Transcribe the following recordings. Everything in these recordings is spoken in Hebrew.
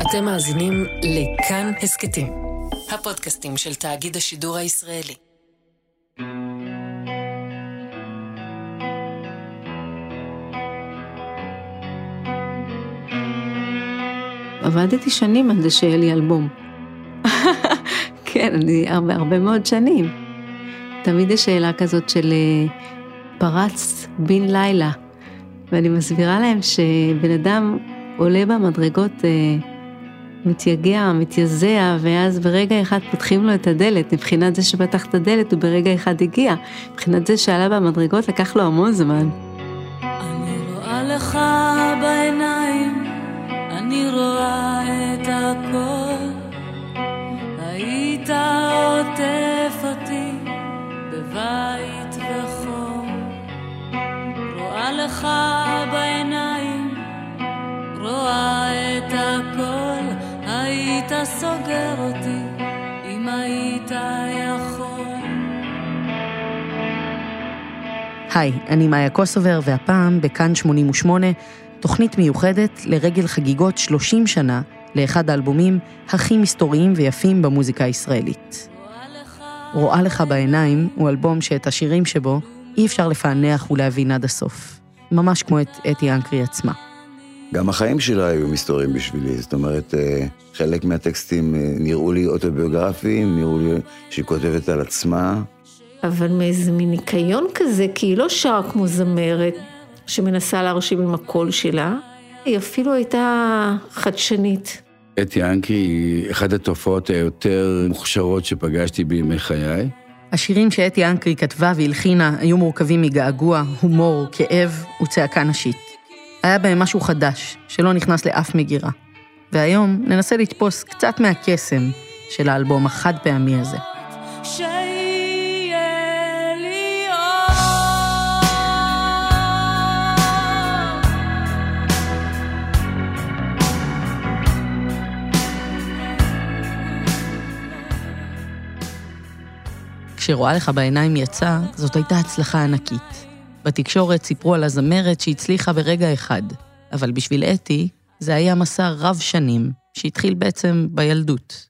אתם מאזינים לכאן הסקטים, הפודקאסטים של תאגיד השידור הישראלי. עבדתי שנים על זה שיהיה לי אלבום. כן, אני הרבה מאוד שנים. תמיד יש שאלה כזאת של פרץ בן לילה, ואני מסבירה להם שבן אדם עולה במדרגות, מתייגע, מתייזע, ואז ברגע אחד פותחים לו את הדלת. מבחינת זה שפתח את הדלת הוא ברגע אחד הגיע, מבחינת זה שעלה במדרגות לקח לו המון זמן. אני רואה לך בעיניים, אני רואה את הכל, היית עוטף אותי בבית וחום. רואה לך בעיניים, רואה את הכל, היית סוגר אותי אם היית יכול. היי, אני מאיה קוסובר, והפעם בכאן 88, תוכנית מיוחדת לרגל חגיגות 30 שנה לאחד האלבומים הכי מסתוריים ויפים במוזיקה הישראלית. רואה לך בעיניים הוא אלבום שאת השירים שבו אי אפשר לפענח ולהבין עד הסוף. ממש כמו את אתי אנקרי עצמה. גם החיים שלה היו מסתוריים בשבילי, זאת אומרת, חלק מהטקסטים נראו לי אוטוביוגרפיים, נראו לי שהיא כותבת על עצמה. אבל מאיזה מין ניקיון כזה, כי היא לא שרה כמו זמרת, שמנסה להרשים עם הקול שלה, היא אפילו הייתה חדשנית. אתי אנקרי היא אחת התופעות היותר מוכשרות שפגשתי בימי חיי. השירים שאתי אנקרי כתבה והלחינה היו מורכבים מגעגוע, הומור, כאב וצעקה נשית. היה בהם משהו חדש, שלא נכנס לאף מגירה. והיום ננסה לתפוס קצת מהקסם של האלבום החד פעמי הזה. כשרואה לך בעיניים יצא, זאת הייתה הצלחה ענקית. בתקשורת סיפרו על הזמרת שהצליחה ברגע אחד, אבל בשביל אתי זה היה מסע רב שנים, שהתחיל בעצם בילדות.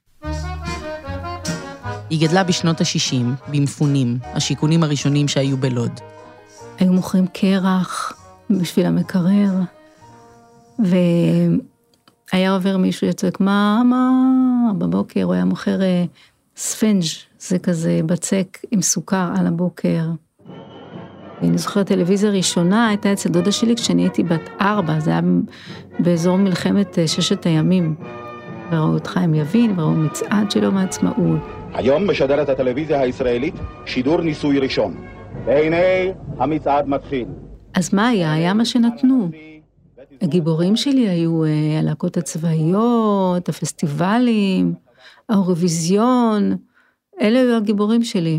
היא גדלה בשנות ה-60, במפונים, השיכונים הראשונים שהיו בלוד. היו מוכרים קרח בשביל המקרר, והיה עובר מישהו יצועק, מה? בבוקר הוא היה מוכר ספנג', זה כזה בצק עם סוכר על הבוקר. אני זוכרת טלוויזיה ראשונה, הייתה אצל דודה שלי כשאני הייתי בת 4, זה היה באזור מלחמת 6 הימים. וראו את חיים יבין, וראו מצעד שלו מעצמאות. היום משדרת הטלוויזיה הישראלית שידור ניסוי ראשון. והנה המצעד מתחיל. אז מה היה? היה מה שנתנו. הגיבורים שלי היו הלהקות הצבאיות, הפסטיבלים, האירוויזיון, אלה היו הגיבורים שלי.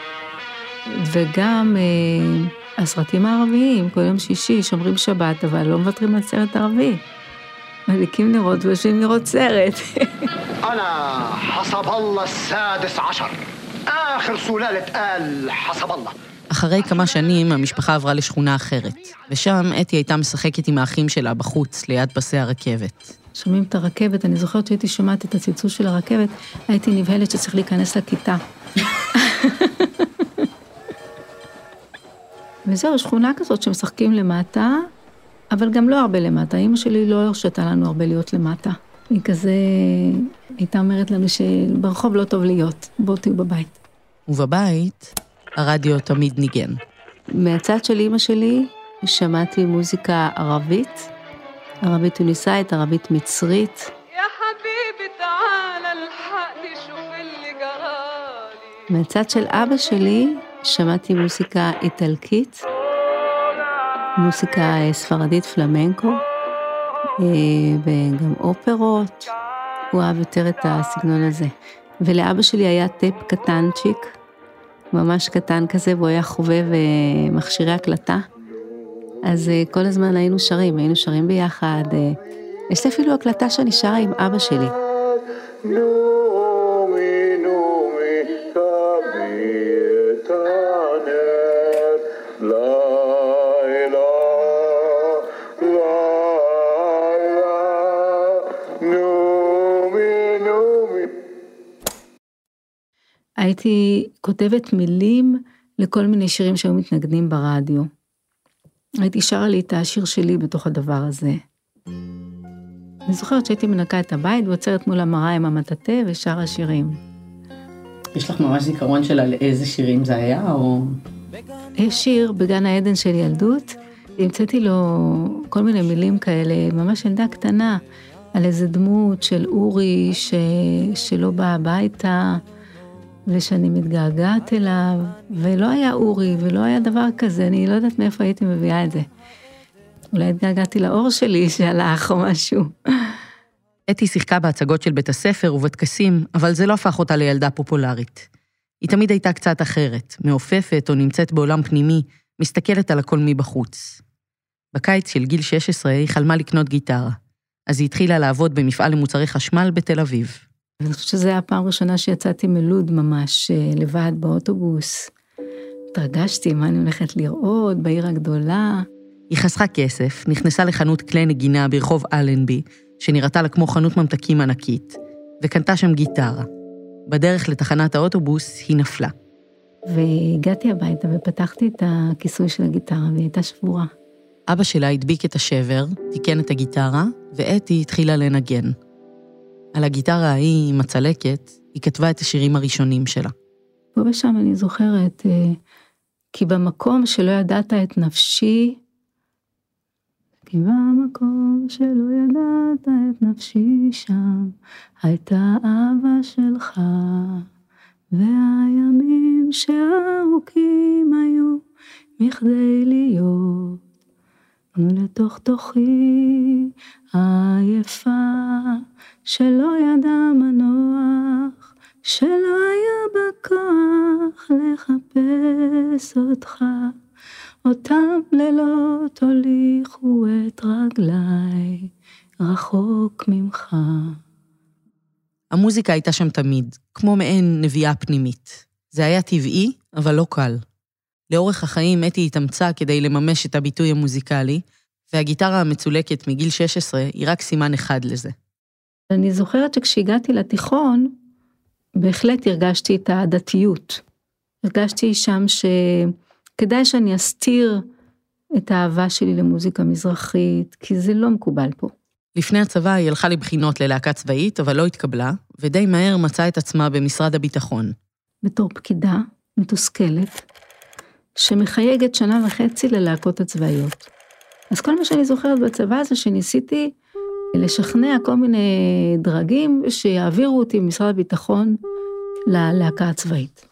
וגם הסרטים הערביים, כל יום שישי שומרים שבת, אבל לא מוותרים על סרט ערבי. מדליקים נרות ויושבים לראות סרט. أنا حسب الله السادس عشر آخر سلالة آل حسب الله. אחרי כמה שנים המשפחה עברה לשכונה אחרת, ושם אתי הייתה משחקת עם האחים שלה בחוץ, ליד פסי הרכבת. שומעים את הרכבת, אני זוכרת שהייתי שומעת את הצלצול של הרכבת, הייתי נבהלת שצריך להיכנס לכיתה. וזהו, שכונה כזאת שמשחקים למטה, אבל גם לא הרבה למטה. אמא שלי לא הרשתה לנו הרבה להיות למטה. היא כזה, הייתה אומרת לנו שברחוב לא טוב להיות, בואו תהיו בבית. ובבית הרדיו תמיד ניגן. מהצד של אמא שלי שמעתי מוזיקה ערבית, ערבית טוניסאית, ערבית מצרית. מהצד של אבא שלי שמעתי מוזיקה איטלקית, מוזיקה ספרדית פלמנקו, וגם אופרות. הוא אהב יותר את הסגנון הזה. ולאבא שלי היה טייפ קטנצ'יק, ממש קטן כזה, והוא היה חובב מכשירי הקלטה. אז כל הזמן היינו שרים ביחד. יש לי אפילו הקלטה שאני שרה עם אבא שלי. No הייתי כותבת מילים לכל מיני שירים שהיו מתנגנים ברדיו. הייתי שרה לי את השיר שלי בתוך הדבר הזה. אני זוכרת שהייתי מנקה את הבית ועוצרת מול המראה עם המטאטה ושרה שירים. יש לך ממש זיכרון של על איזה שירים זה היה, או... יש שיר בגן העדן של ילדות, המצאתי לו כל מיני מילים כאלה, ממש ילדה קטנה, על איזה דמות של אורי שלא באה הביתה, ושאני מתגעגעת אליו, ולא היה אורי, ולא היה דבר כזה, אני לא יודעת מאיפה הייתי מביאה את זה. אולי התגעגעתי לאור שלי שהלך או משהו. אתי שיחקה בהצגות של בית הספר ובטקסים, אבל זה לא הפך אותה לילדה פופולרית. היא תמיד הייתה קצת אחרת, מעופפת או נמצאת בעולם פנימי, מסתכלת על הכל מבחוץ. בקיץ של גיל 16 היא חלמה לקנות גיטרה, אז היא התחילה לעבוד במפעל למוצרי חשמל בתל אביב. אני חושבת שזו הייתה הפעם ראשונה שיצאתי מלוד ממש לבד באוטובוס. התרגשתי מה אני הולכת לראות בעיר הגדולה. היא חסכה כסף, נכנסה לחנות כלי נגינה ברחוב אלנבי, שנראתה לה כמו חנות ממתקים ענקית, וקנתה שם גיטרה. בדרך לתחנת האוטובוס היא נפלה. והגעתי הביתה ופתחתי את הכיסוי של הגיטרה, והיא הייתה שבורה. אבא שלה הדביק את השבר, תיקן את הגיטרה, ואתי התחילה לנגן. על הגיטרה ההיא, עם הצלקת, היא כתבה את השירים הראשונים שלה. פה ושם אני זוכרת, כי במקום שלא ידעת את נפשי, כי במקום שלא ידעת את נפשי שם, הייתה אהבה שלך, והימים שארוכים היו מכדי להיות, ולתוך תוכי עייפה, שלא ידע מנוח, שלא היה בכוח לחפש אותך, אותם לילות הוליכו את רגליי, רחוק ממך. המוזיקה הייתה שם תמיד, כמו מעין נביאה פנימית. זה היה טבעי, אבל לא קל. לאורך החיים אתי התאמצה כדי לממש את הביטוי המוזיקלי, והגיטרה המצולקת מגיל 16 היא רק סימן אחד לזה. אני זוכרת שכשהגעתי לתיכון, בהחלט הרגשתי את הדתיות. הרגשתי שם שכדאי שאני אסתיר את האהבה שלי למוזיקה מזרחית, כי זה לא מקובל פה. לפני הצבא היא הלכה לבחינות ללהקה צבאית, אבל לא התקבלה, ודי מהר מצאה את עצמה במשרד הביטחון. בתור פקידה מתוסכלת, שמחייגת 1.5 שנה ללהקות הצבאיות. אז כל מה שאני זוכרת בצבא זה שניסיתי לשכנע כל מיני דרגים שיעבירו אותי ממשרד הביטחון ללהקה הצבאית.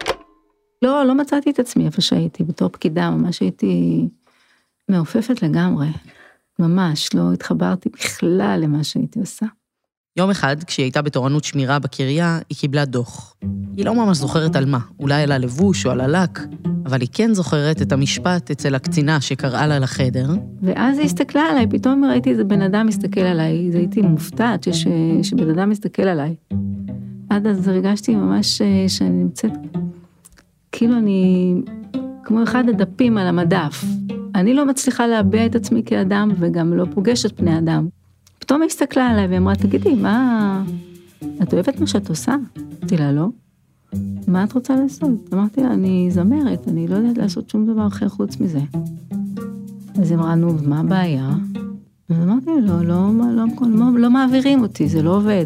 לא מצאתי את עצמי איפה שהייתי, בתור פקידה, ממש הייתי מעופפת לגמרי. ממש, לא התחברתי בכלל למה שהייתי עושה. יום אחד, כשהיא הייתה בתורנות שמירה בקריה, היא קיבלה דוח. היא לא ממש זוכרת על מה, אולי על הלבוש או על הלק, אבל היא כן זוכרת את המשפט אצל הקצינה שקראה לה לחדר. ואז היא הסתכלה עליי, פתאום ראיתי איזה בן אדם מסתכל עליי, הייתי מופתעת שבן אדם מסתכל עליי. עד אז הרגשתי ממש שאני נמצאת, כאילו אני כמו אחד הדפים על המדף. אני לא מצליחה להביע את עצמי כאדם, וגם לא פוגשת פני אדם. פתאום היא הסתכלה עליי ואמרה, תגידי, מה... את אוהבת מה שאת עושה? אמרתי לה, לא. מה את רוצה לעשות? אמרתי לה, אני זמרת, אני לא יודעת לעשות שום דבר אחר חוץ מזה. אז אמרה, נו, מה הבעיה? אז אמרתי לה, לא מעבירים אותי, זה לא עובד.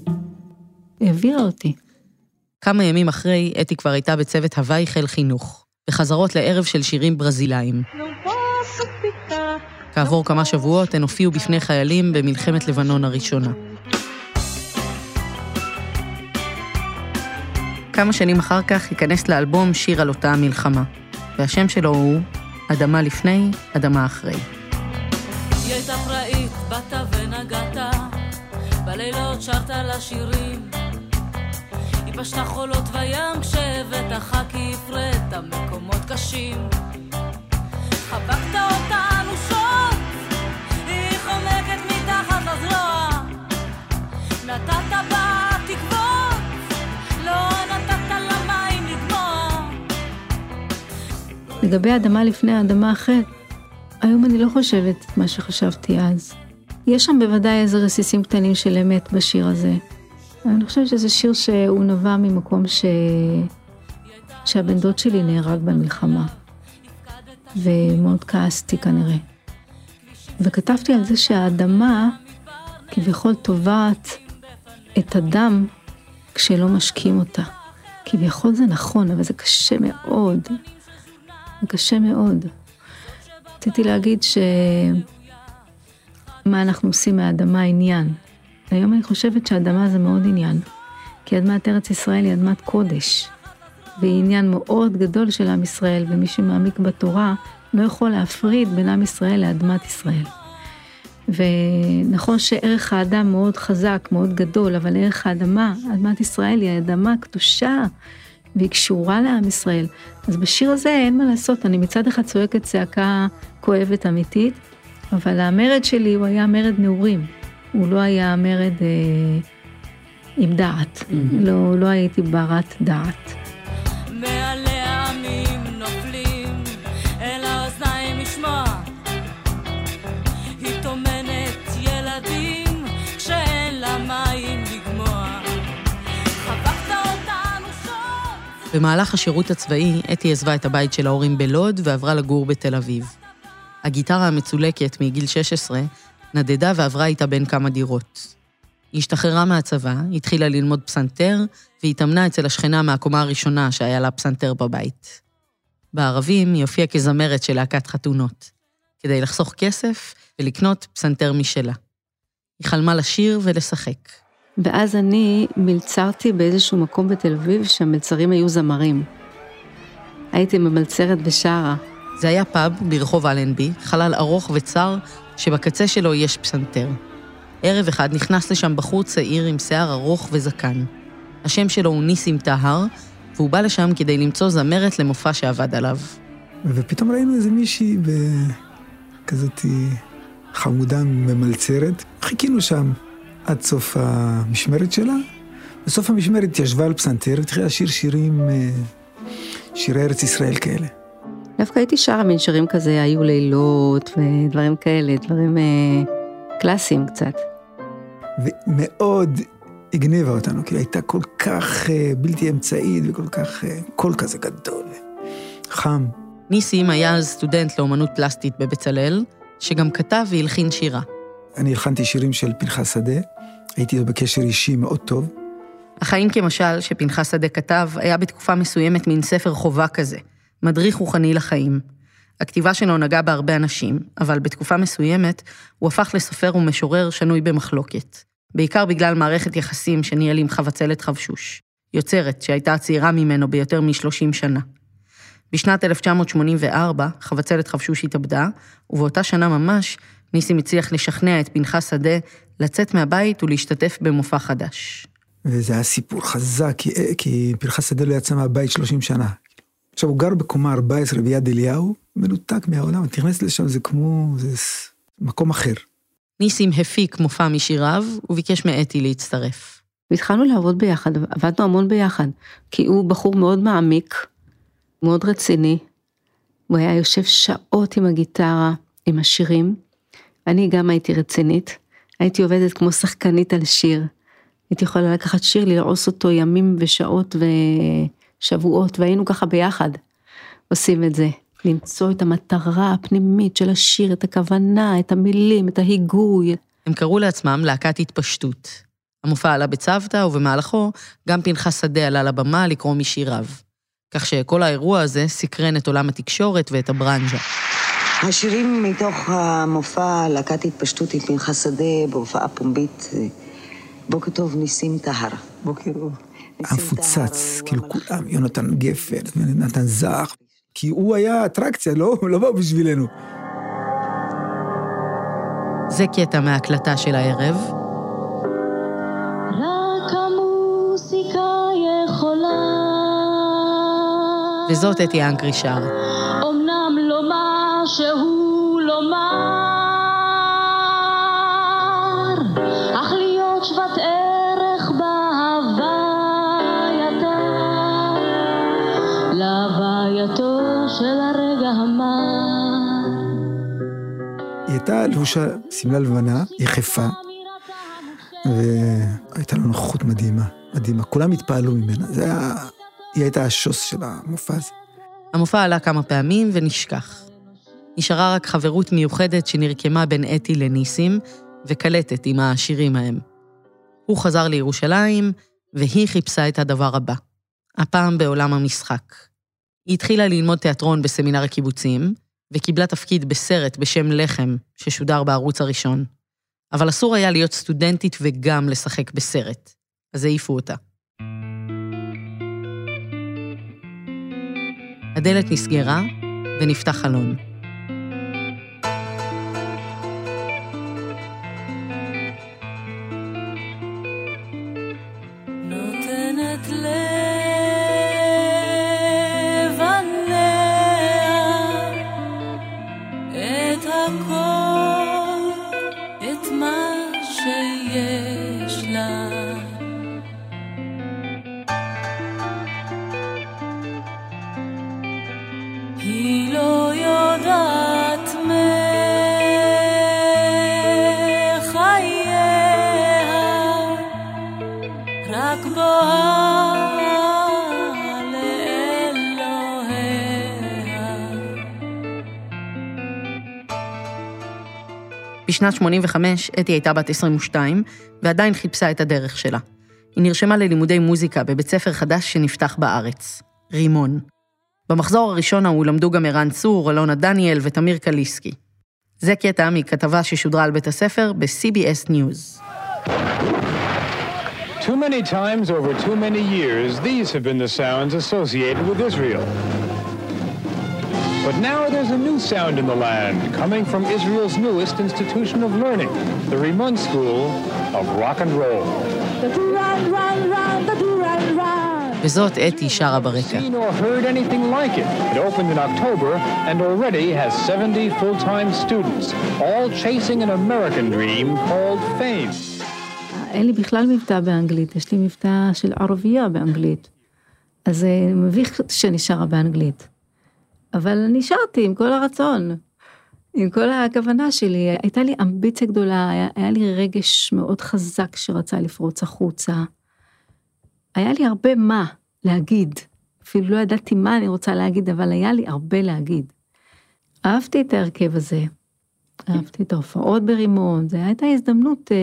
העבירה אותי. כמה ימים אחרי, אתי כבר הייתה בצוות הוואי חיל חינוך, בחזרות לערב של שירים ברזילאיים. כעבור כמה שבועות הן הופיעו בפני חיילים במלחמת לבנון הראשונה. כמה שנים אחר כך ייכנס לאלבום שיר על אותה המלחמה, והשם שלו הוא אדמה לפני, אדמה אחרי. היא הייתה פראית, באת ונגעת, בלילות שרת לה שירים, היא פשטה חולות וים כשהבאת חכי הפרט המקומות קשים, חבקת אותנו שוב, היא חומקת מתחת לזרוע, נתת בה תקוות, לא נתת למים לדמוע. לגבי האדמה לפני האדמה אחרת, היום אני לא חושבת מה שחשבתי אז. יש שם בוודאי איזה רסיסים קטנים של אמת בשיר הזה. אני חושבת שזה שיר שהוא נבע ממקום שהבן דוד שלי נהרג במלחמה, ומאוד כעסתי כנראה. וכתבתי על זה שהאדמה כביכול טובעת את הדם כשלא משקים אותה. כביכול זה נכון, אבל זה קשה מאוד. זה קשה מאוד. רציתי להגיד מה אנחנו עושים מהאדמה עניין. היום אני חושבת שהאדמה זה מאוד עניין. כי אדמת ארץ ישראל היא אדמת קודש. והיא עניין מאוד גדול של עם ישראל, ומי שמעמיק בתורה לא יכול להפריד בין עם ישראל לאדמת ישראל. ונכון שערך האדם מאוד חזק, מאוד גדול, אבל ערך האדמה, אדמת ישראל היא האדמה קדושה, והיא קשורה לעם ישראל. אז בשיר הזה אין מה לעשות, אני מצד אחד צועקת צעקה כואבת אמיתית, אבל המרד שלי הוא היה מרד נעורים, הוא לא היה מרד עם דעת, לא הייתי ברת דעת. מעלי העמים נופלים אל האוזניים לשמוע, היא תומנת ילדים כשאין לה מים לגמוע, חבקת אותנו שוב. במהלך השירות הצבאי, אתי עזבה את הבית של ההורים בלוד ועברה לגור בתל אביב. הגיטרה המצולקת מגיל 16 נדדה ועברה איתה בין כמה דירות. היא השתחררה מהצבא, התחילה ללמוד פסנתר, והתאמנה אצל השכנה מהקומה הראשונה שהיה לה פסנתר בבית. בערבים היא הופיעה כזמרת של להקת חתונות, כדי לחסוך כסף ולקנות פסנתר משלה. היא חלמה לשיר ולשחק. ואז אני מלצרתי באיזשהו מקום בתל אביב שהמלצרים היו זמרים. הייתי ממלצרת בשערה. זה היה פאב ברחוב אלנבי, חלל ארוך וצר, שבקצה שלו יש פסנתר. ערב אחד נכנס לשם בחור צעיר עם שיער ארוך וזקן. השם שלו הוא ניסים טהר, והוא בא לשם כדי למצוא זמרת למופע שעבד עליו. ופתאום ראינו איזה מישהי כזאת חמודה ממלצרת. חיכינו שם עד סוף המשמרת שלה. בסוף המשמרת ישבה על פסנתר והתחילה לשיר שירי ארץ ישראל כאלה. דווקא הייתי שרה מן שירים כזה, היו לילות ודברים כאלה, דברים קלאסיים קצת. ומאוד הגניבה אותנו, כי הייתה כל כך בלתי אמצעית וכל כך קול כזה גדול, חם. ניסים היה אז סטודנט לאומנות פלסטית בבצלאל, שגם כתב והלחין שירה. אני הלחנתי שירים של פנחס שדה, הייתי בקשר אישי מאוד טוב. החיים כמשל שפנחס שדה כתב היה בתקופה מסוימת מן ספר חובה כזה, מדריך רוחני לחיים. הכתיבה שלו נגעה בהרבה אנשים, אבל בתקופה מסוימת הוא הפך לסופר ומשורר שנוי במחלוקת. בעיקר בגלל מערכת יחסים שניהל עם חבצלת חבשוש, יוצרת שהייתה צעירה ממנו ביותר מ-30 שנה. בשנת 1984 חבצלת חבשוש התאבדה, ובאותה שנה ממש ניסים הצליח לשכנע את פנחס שדה לצאת מהבית ולהשתתף במופע חדש. וזה היה סיפור חזק, כי פנחס שדה לא יצא מהבית 30 שנה. עכשיו הוא גר בקומה 14 ביד אליהו, מנותק מהעולם, תכנס לשם, זה כמו, זה מקום אחר. ניסים הפיק מופע משיריו, וביקש מאתי להצטרף. והתחלנו לעבוד ביחד, עבדנו המון ביחד, כי הוא בחור מאוד מעמיק, מאוד רציני, הוא היה יושב שעות עם הגיטרה, עם השירים, אני גם הייתי רצינית, הייתי עובדת כמו שחקנית על שיר, הייתי יכולה לקחת שיר, לרעוס אותו ימים ושעות ושבועות, והיינו ככה ביחד, עושים את זה. למצוא את המטרה הפנימית של השיר, את הכוונה, את המילים, את ההיגוי. הם קראו לעצמם להקת התפשטות. המופע עלה בצוותא, ובמהלכו גם פנחס שדה עלה לבמה לקרוא משיריו. כך שכל האירוע הזה סקרן את עולם התקשורת ואת הברנז'ה. השירים מתוך המופע להקת התפשטות עם פנחס שדה בהופעה פומבית. בוקר טוב, ניסים טהר. בוקר טוב. המפוצץ, כאילו כולם, יונתן גפן, נתן זך. כי הוא היה אטרקציה, לא בא בשבילנו. זה קטע מההקלטה של הערב. רק המוסיקה יכולה. וזאת אתי אנקרי שר. אמנם לא משהו לומר, אך להיות שוות ערך בהווייתה, להווייתו של הרגע המר. היא הייתה לבושה שמלה לבנה, יחפה, והייתה לו נוכחות מדהימה, מדהימה. כולם התפעלו ממנה, היא הייתה השוס של המופע הזה. המופע עלה כמה פעמים ונשכח. נשארה רק חברות מיוחדת שנרקמה בין אתי לניסים, וקלטת עם השירים ההם. הוא חזר לירושלים, והיא חיפשה את הדבר הבא. הפעם בעולם המשחק. היא התחילה ללמוד תיאטרון בסמינר הקיבוצים, וקיבלה תפקיד בסרט בשם לחם, ששודר בערוץ הראשון. אבל אסור היה להיות סטודנטית וגם לשחק בסרט. אז העיפו אותה. הדלת נסגרה, ונפתח חלון. נותנת לבניה את הכל, את מה שיש לה. היא לא יודעת מחייה, רק בואה לאלוהיה. בשנת 85, אתי הייתה בת 22, ועדיין חיפשה את הדרך שלה. היא נרשמה ללימודי מוזיקה בבית ספר חדש שנפתח בארץ, רימון. במחזור הראשון הוא למדו גם ערן צור, אלונה דניאל ותמיר קליסקי. זה קטע מכתבה ששודרה על בית הספר ב-CBS News. Too many times over too many years, these have been the sounds associated with Israel. But now there's a new sound in the land, coming from Israel's newest institution of learning, the Rimon School of Rock and Roll. וזאת אתי שרה ברקע. Seen or heard anything like it. It opened in October and already has 70 full-time students, all chasing an American dream called fame. אין לי בכלל מבטא באנגלית, יש לי מבטא של ערבייה באנגלית. אז זה מביך שאני שרה באנגלית. אבל אני שרתי עם כל הרצון, עם כל הכוונה שלי. הייתה לי אמביציה גדולה, היה לי רגש מאוד חזק שרצה לפרוץ החוצה. היה לי הרבה מה להגיד, אפילו לא ידעתי מה אני רוצה להגיד, אבל היה לי הרבה להגיד. אהבתי את ההרכב הזה, אהבתי את ההופעות ברימון, זו הייתה הזדמנות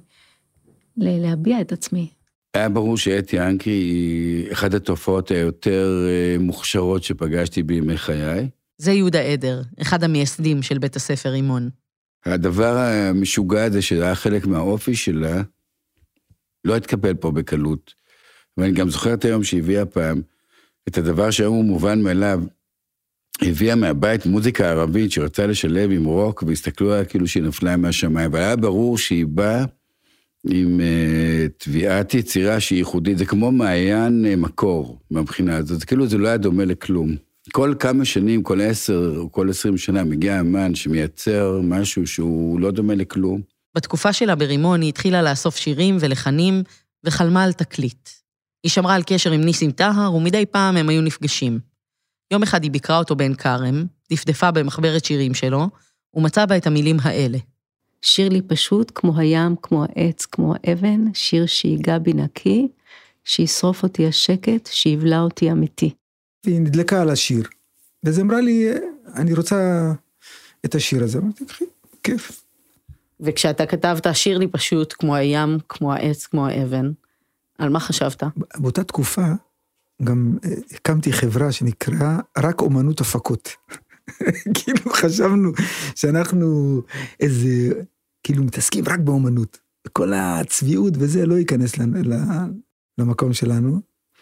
להביע את עצמי. היה ברור שאתי ינקי היא אחת התופעות היותר מוכשרות שפגשתי בימי חיי. זה יהודה עדר, אחד המייסדים של בית הספר רימון. הדבר המשוגע הזה שהיה חלק מהאופי שלה, לא התקבל פה בקלות. ואני גם זוכרת היום שהביאה פעם את הדבר שהיום הוא מובן מאליו, הביאה מהבית מוזיקה ערבית שרצה לשלב עם רוק, והסתכלו עליה כאילו שהיא נפלה מהשמיים, אבל היה ברור שהיא באה עם תביעת יצירה שהיא ייחודית, זה כמו מעיין מקור מהבחינה הזאת, זה כאילו זה לא היה דומה לכלום. כל כמה שנים, כל 10 או כל 20 שנה מגיע אמן שמייצר משהו שהוא לא דומה לכלום. בתקופה שלה ברימון היא התחילה לאסוף שירים ולחנים וחלמה על תקליט. היא שמרה על קשר עם ניסים טהר, ומדי פעם הם היו נפגשים. יום אחד היא ביקרה אותו בעין כרם, דפדפה במחברת שירים שלו, ומצאה בה את המילים האלה. שיר לי פשוט כמו הים, כמו העץ, כמו האבן, שיר שיגע בי נקי, שישרוף אותי השקט, שיבלע אותי אמיתי. והיא נדלקה על השיר, וזה אמרה לי, אני רוצה את השיר הזה. אמרתי, כיף. וכשאתה כתבת שיר לי פשוט כמו הים, כמו העץ, כמו האבן, על מה חשבת? באותה תקופה גם הקמתי חברה שנקרא רק אומנות הפקות. כאילו חשבנו שאנחנו איזה, כאילו מתעסקים רק באומנות. כל הצביעות וזה לא ייכנס למקום שלנו.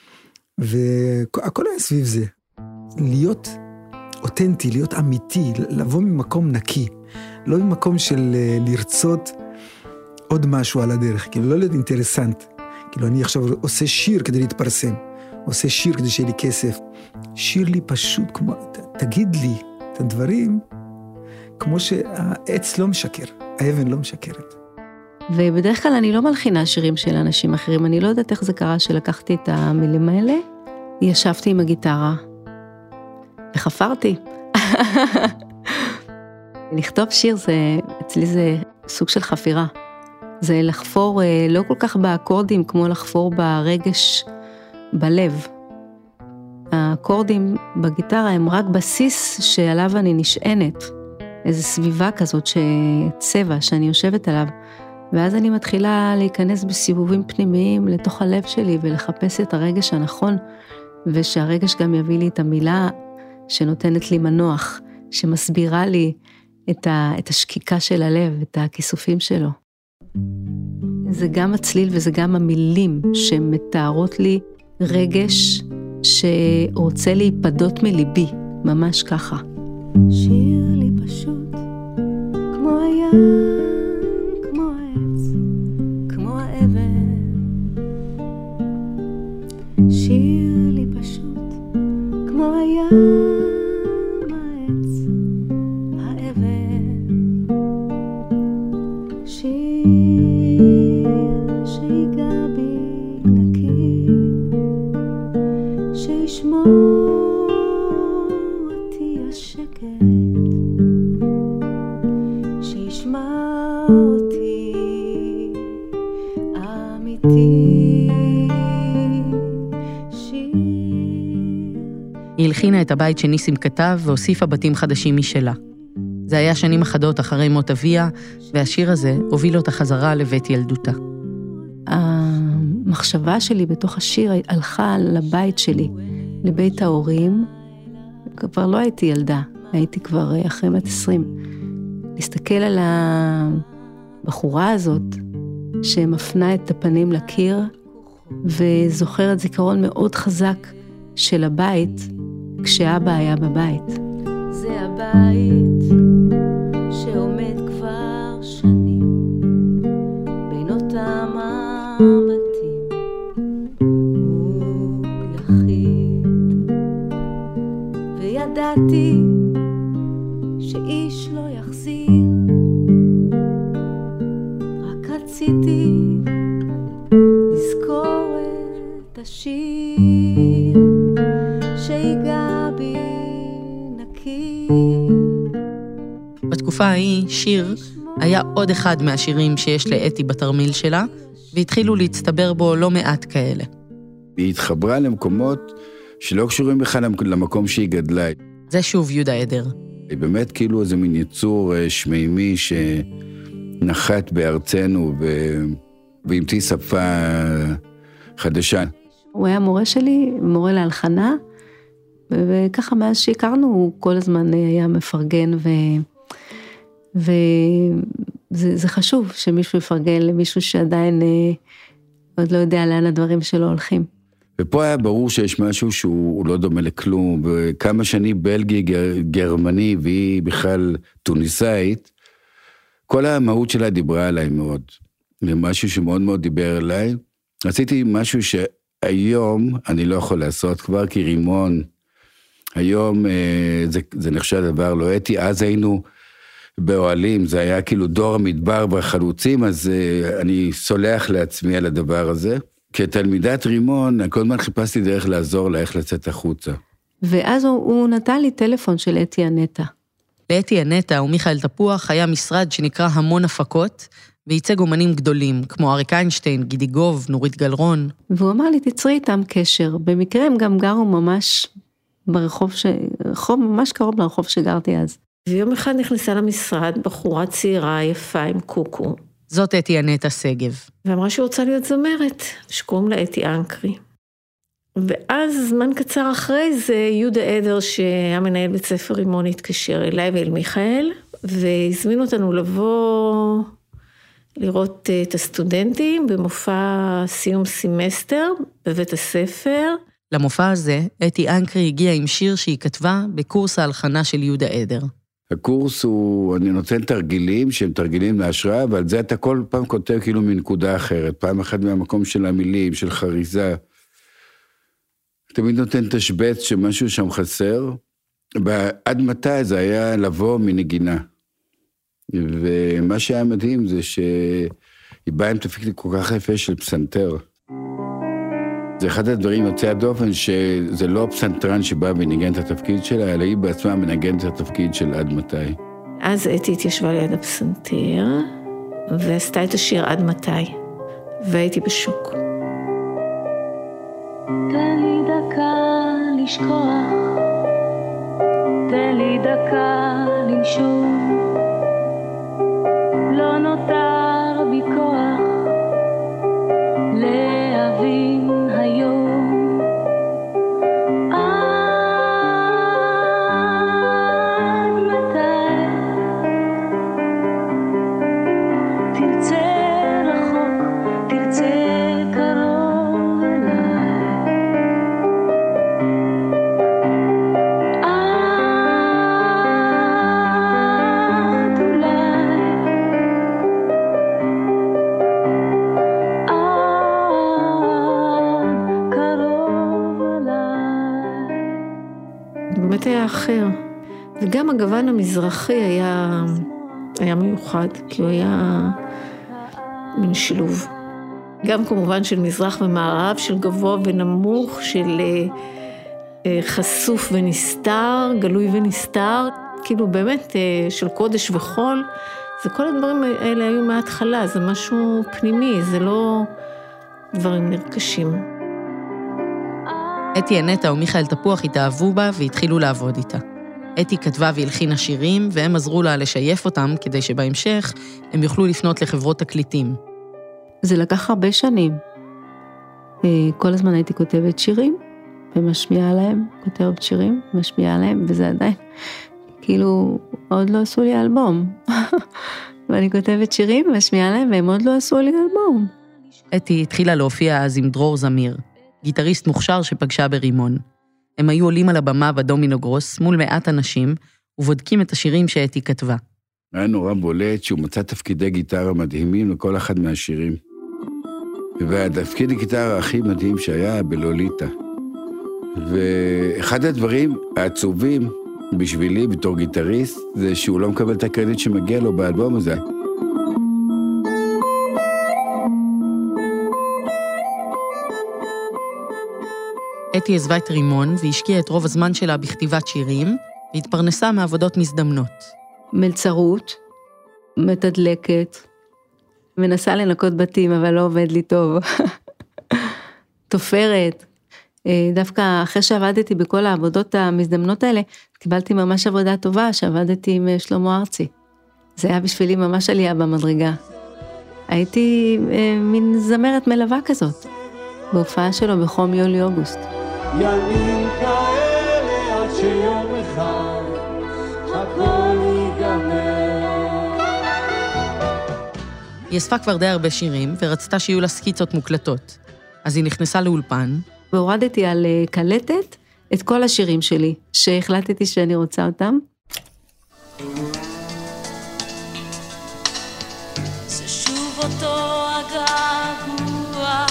והכל היה סביב זה. להיות אותנטי, להיות אמיתי, לבוא ממקום נקי. לא ממקום של לרצות עוד משהו על הדרך. כאילו לא להיות אינטרסנט. כאילו אני עכשיו עושה שיר כדי להתפרסם. עושה שיר כדי שיהיה לי כסף. שיר לי פשוט כמו, תגיד לי את הדברים, כמו שהעץ לא משקר, האבן לא משקרת. ובדרך כלל אני לא מלחינה שירים של אנשים אחרים, אני לא יודעת איך זה קרה שלקחתי את המילים האלה, ישבתי עם הגיטרה, וחפרתי. לכתוב שיר אצלי זה סוג של חפירה. זה לחפור לא כל כך באקורדים, כמו לחפור ברגש בלב. האקורדים בגיטרה הם רק בסיס שעליו אני נשענת. איזו סביבה כזאת, צבע שאני יושבת עליו. ואז אני מתחילה להיכנס בסיבובים פנימיים לתוך הלב שלי, ולחפש את הרגש הנכון, ושהרגש גם יביא לי את המילה שנותנת לי מנוח, שמסבירה לי את השקיקה של הלב, את הכיסופים שלו. זה גם הצליל וזה גם המילים שמתארות לי רגש שרוצה להיפדות מליבי, ממש ככה. שיר לי פשוט כמו הים, כמו העץ, כמו האבן. שיר לי פשוט כמו הים, העץ, האבן. שיר שיגע בי נקי, שישמור אותי השקט, שישמע אותי אמיתי. שיר. היא הלחינה את הבית שניסים כתב והוסיפה בתים חדשים משלה. זה היה שנים אחדות אחרי מות אביה, והשיר הזה הוביל אותה חזרה לבית ילדותה. המחשבה שלי בתוך השיר הלכה לבית שלי, לבית ההורים. כבר לא הייתי ילדה, הייתי כבר אחרי בת 20. להסתכל על הבחורה הזאת, שמפנה את הפנים לקיר, וזוכרת זיכרון מאוד חזק של הבית, כשאבא היה בבית. זה הבית שעומד כבר שנים בין אותם הבתים, הוא יחיד, וידעתי שאיש לא יחזיר, רק רציתי לזכור את השיר שיגע בי נקי. בתקופה ההיא, שיר היה עוד אחד מהשירים שיש לאתי בתרמיל שלה, והתחילו להצטבר בו לא מעט כאלה. היא התחברה למקומות שלא קשורים בכלל למקום שהיא גדלה. זה שוב יהודה עדר. היא באמת כאילו איזה מין יצור שמימי שנחת בארצנו והמציא שפה חדשה. הוא היה מורה שלי, מורה להלחנה, וככה מאז שהכרנו הוא כל הזמן היה מפרגן, וזה חשוב שמישהו יפרגן למישהו שעדיין עוד לא יודע לאן הדברים שלו הולכים. ופה היה ברור שיש משהו שהוא לא דומה לכלום, וכמה שני בלגי גרמני והיא בכלל טוניסאית, כל המהות שלה דיברה עליי מאוד, ומשהו שמאוד מאוד דיבר אליי. רציתי משהו שהיום אני לא יכול לעשות כבר, כי רימון, היום זה נחשב דבר לא אתי, אז היינו באוהלים, זה היה כאילו דור המדבר והחלוצים, אז אני סולח לעצמי על הדבר הזה. כתלמידת רימון, כל הזמן חיפשתי דרך לעזור לה איך לצאת החוצה. ואז הוא נתן לי טלפון של אתי הנטה. לאתי הנטה ומיכאל תפוח היה משרד שנקרא המון הפקות, וייצג אומנים גדולים, כמו אריק איינשטיין, גידי גוב, נורית גלרון. והוא אמר לי, תצרי איתם קשר. במקרה הם גם גרו ממש ברחוב, ממש קרוב לרחוב שגרתי אז. ויום אחד נכנסה למשרד בחורה צעירה יפה עם קוקו. זאת אתי הנטה סגב. ואמרה שהיא רוצה להיות זמרת, שקוראים לה אתי אנקרי. ואז זמן קצר אחרי זה, יהודה עדר שהיה מנהל בית ספר רימון התקשר אליי ואל מיכאל, והזמין אותנו לבוא לראות את הסטודנטים במופע סיום סמסטר בבית הספר. למופע הזה, אתי אנקרי הגיעה עם שיר שהיא כתבה בקורס ההלחנה של יהודה עדר. הקורס הוא, אני נותן תרגילים שהם תרגילים להשראה, אבל זה אתה כל פעם כותב כאילו מנקודה אחרת, פעם אחת מהמקום של המילים, של חריזה. תמיד נותן תשבץ שמשהו שם חסר, ועד מתי זה היה לבוא מנגינה. ומה שהיה מדהים זה שהיא באה עם תפקיד כל כך יפה של פסנתר. זה אחד הדברים יוצא הדופן שזה לא פסנתרן שבא ונגן את התפקיד שלה, אלא היא בעצמה מנגן את התפקיד של עד מתי. אז אתי התיישבה ליד הפסנתר, ועשתה את השיר עד מתי, והייתי בשוק. תן לי דקה לשכוח, תן לי דקה לנשום, לא נותר בי כוח להבין היום. עד מתי תרצה רחוק, תרצה קרוב אליי, עד אולי, עד קרוב אליי. זה באמת היה אחר. וגם הגוון המזרחי היה מיוחד, כי הוא היה מין שילוב. גם כמובן של מזרח ומערב, של גבוה ונמוך, של חשוף ונסתר, גלוי ונסתר, כאילו באמת של קודש וחול. זה כל הדברים האלה היו מההתחלה, זה משהו פנימי, זה לא דברים נרכשים. אתי הנטה ומיכאל תפוח התאהבו בה והתחילו לעבוד איתה. אתי כתבה והלחינה שירים, והם עזרו לה לשייף אותם, כדי שבהמשך הם יוכלו לפנות לחברות תקליטים. זה לקח הרבה שנים. כל הזמן הייתי כותבת שירים, ומשמיעה להם, כותבת שירים, משמיעה להם, וזה עדיין, כאילו, עוד לא עשו לי אלבום. ואני כותבת שירים, משמיעה להם, והם עוד לא עשו לי אלבום. אתי התחילה להופיע אז עם דרור זמיר, גיטריסט מוכשר שפגשה ברימון. הם היו עולים על הבמה בדומינו גרוס מול 100 אנשים, ובודקים את השירים שאתי כתבה. היה נורא בולט שהוא מצא תפקידי גיטרה מדהימים לכל אחד מהשירים. והתפקיד הגיטרה הכי מדהים שהיה בלוליטה. ואחד הדברים העצובים בשבילי בתור גיטריסט, זה שהוא לא מקבל את הקרדיט שמגיע לו באלבום הזה. אתי עזבה את רימון והשקיעה את רוב הזמן שלה בכתיבת שירים, והתפרנסה מעבודות מזדמנות. מלצרות, מתדלקת, מנסה לנקות בתים, אבל לא עובד לי טוב. תופרת. דווקא אחרי שעבדתי בכל העבודות המזדמנות האלה, קיבלתי ממש עבודה טובה, שעבדתי עם שלמה ארצי. זה היה בשבילי ממש עלייה במדרגה. הייתי מין זמרת מלווה כזאת, בהופעה שלו בחום יולי-אוגוסט. ימים כאלה עד שיום אחד הכל ייגמר. היא אספה כבר די הרבה שירים, ורצתה שיהיו לה סקיצות מוקלטות. אז היא נכנסה לאולפן. והורדתי על קלטת את כל השירים שלי, שהחלטתי שאני רוצה אותם. זה שוב אותו הגעגוע,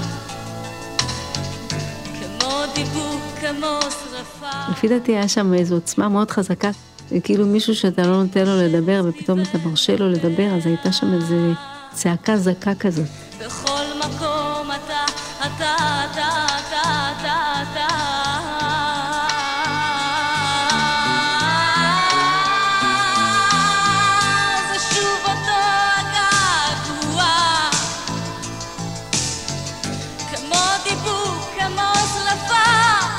כמו דיבוק, כמו שרפה. לפי דעתי היה שם איזו עוצמה מאוד חזקה, כאילו מישהו שאתה לא נותן לו לדבר, ופתאום אתה מרשה לו לדבר, אז הייתה שם איזו צעקה זקה כזאת. בכל מקום אתה. זה שוב אותו הגעגוע, כמו דיבוק, כמו שרפה,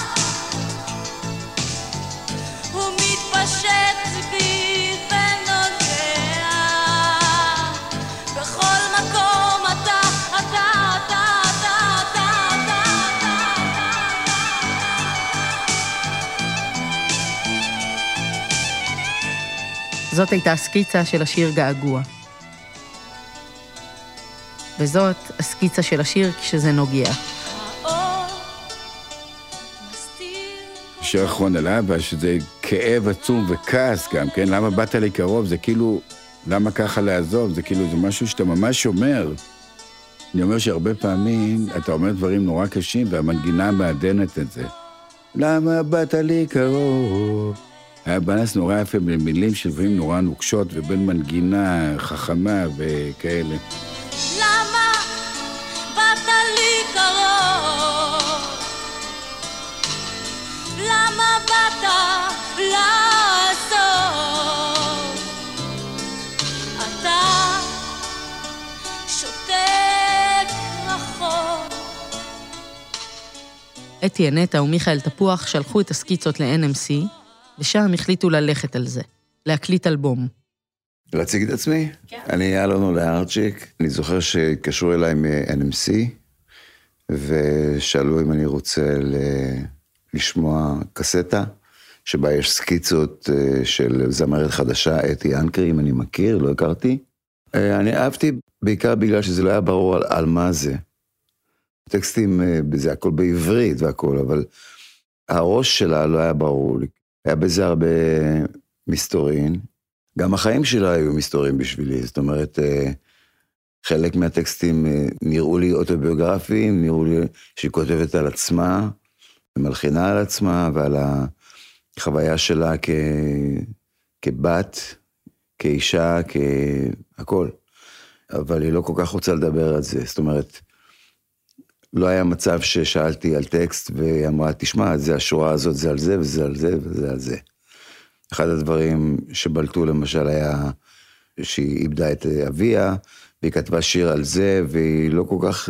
הוא מתפשט בי ונוגע, בכל מקום אתה. זאת הייתה הסקיצה של השיר געגוע. וזאת הסקיצה של השיר כשזה נוגע. השיר האחרון על אבא, שזה כאב עצום וכעס גם, כן? למה באת לי קרוב? זה כאילו, למה ככה לעזוב? זה כאילו, זה משהו שאתה ממש אומר. אני אומר שהרבה פעמים אתה אומר דברים נורא קשים, והמנגינה מעדנת את זה. למה באת לי קרוב? היה בלנס נורא יפה בין מילים שלפעמים נורא נוקשות, ובין מנגינה חכמה וכאלה. למה באת לי קרוב? למה באת לעשות? אתה אתי אנטה ומיכאל תפוח שלחו את הסקיצות ל-NMC, ושם החליטו ללכת על זה, להקליט אלבום. להציג את עצמי? כן. אני אלון לארצ'יק, אני זוכר שהתקשרו אליי מ-NMC, ושאלו אם אני רוצה לשמוע קסטה, שבה יש סקיצות של זמרת חדשה, אתי אנקרי, אם אני מכיר, לא הכרתי. אני אהבתי בעיקר בגלל שזה לא היה ברור על מה זה. טקסטים, זה הכל בעברית והכל, אבל הראש שלה לא היה ברור לי. היה בזה הרבה מסתורין. גם החיים שלה היו מסתורין בשבילי, זאת אומרת, חלק מהטקסטים נראו לי אוטוביוגרפיים, נראו לי שהיא כותבת על עצמה, מלחינה על עצמה ועל החוויה שלה כבת, כאישה, כהכל. אבל היא לא כל כך רוצה לדבר על זה, זאת אומרת, לא היה מצב ששאלתי על טקסט והיא אמרה, תשמע, זה השורה הזאת, זה על זה וזה על זה וזה על זה. אחד הדברים שבלטו למשל היה שהיא איבדה את אביה, והיא כתבה שיר על זה, והיא לא כל כך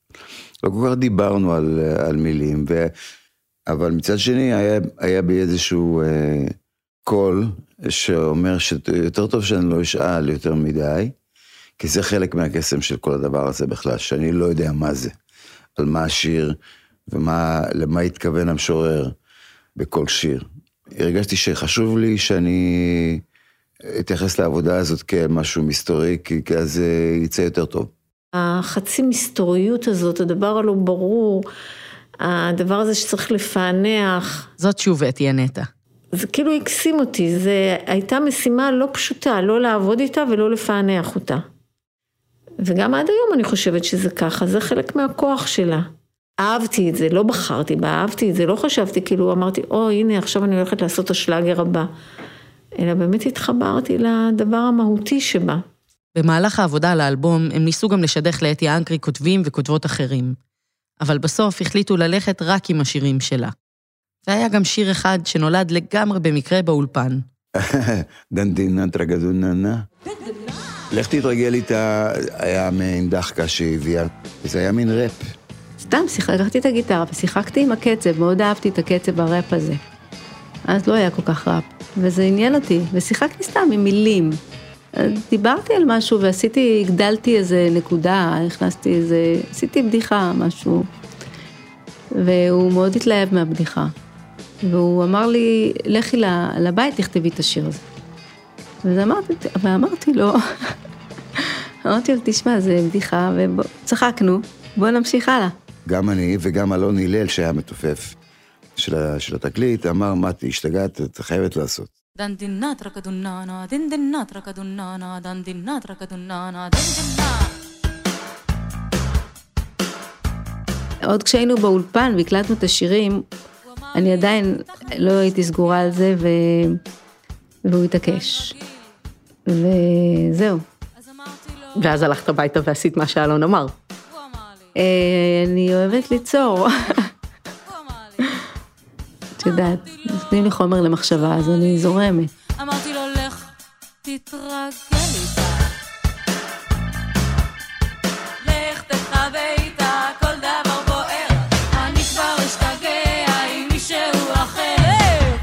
דיברנו על מילים, אבל מצד שני היה בי איזשהו קול שאומר שיותר טוב שאני לא אשאל יותר מדי, כי זה חלק מהקסם של כל הדבר הזה בכלל, שאני לא יודע מה זה, על מה השיר, ולמה התכוון המשורר בכל שיר. הרגשתי שחשוב לי שאני אתייחס לעבודה הזאת כמשהו מסתורי, כי אז זה יצא יותר טוב. החצי מסתוריות הזאת, הדבר הלא ברור, הדבר הזה שצריך לפענח. זאת שוב אתי אנטה. זה כאילו הקסים אותי, זה הייתה משימה לא פשוטה, לא לעבוד איתה ולא לפענח אותה. וגם עד היום אני חושבת שזה ככה, זה חלק מהכוח שלה. אהבתי את זה, לא בחרתי בה, אהבתי את זה, לא חשבתי, כאילו אמרתי, הנה עכשיו אני הולכת לעשות השלאגר הבא. אלא באמת התחברתי לדבר המהותי שבה. במהלך העבודה על האלבום, הם ניסו גם לשדך לאתי אנקרי כותבים וכותבות אחרים. אבל בסוף החליטו ללכת רק עם השירים שלה. והיה גם שיר אחד שנולד לגמרי במקרה באולפן. דנדינה טרגדוננה. לך תתרגל איתה, היה מין דחקה שהביאה, זה היה מין רפ. סתם, לקחתי את הגיטרה ושיחקתי עם הקצב, מאוד אהבתי את הקצב הראפ הזה. אז לא היה כל כך ראפ, וזה עניין אותי, ושיחקתי סתם עם מילים. דיברתי על משהו הגדלתי איזה נקודה, עשיתי בדיחה, משהו, והוא מאוד התלהב מהבדיחה. והוא אמר לי, לכי לבית, תכתבי את השיר הזה. ואמרתי לו, תשמע, זה בדיחה, וצחקנו, בוא נמשיך הלאה. גם אני וגם אלון הלל שהיה מתופף של התקליט, אמר, מתי, השתגעת, אתה חייבת לעשות. דנדינט רקדוננה, דנדינט רקדוננה, דנדינט רקדוננה, דנדינט. עוד כשהיינו באולפן והקלטנו את השירים, אני עדיין לא הייתי סגורה על זה, והוא התעקש. וזהו. ואז הלכת הביתה ועשית מה שאלון אמר. אני אוהבת ליצור. את יודעת, נותנים לי חומר למחשבה, אז אני זורמת. אמרתי לו, לך, תתרגל איתה. לך תחווה איתה, כל דבר בוער. אני כבר אשתגע עם מישהו אחר.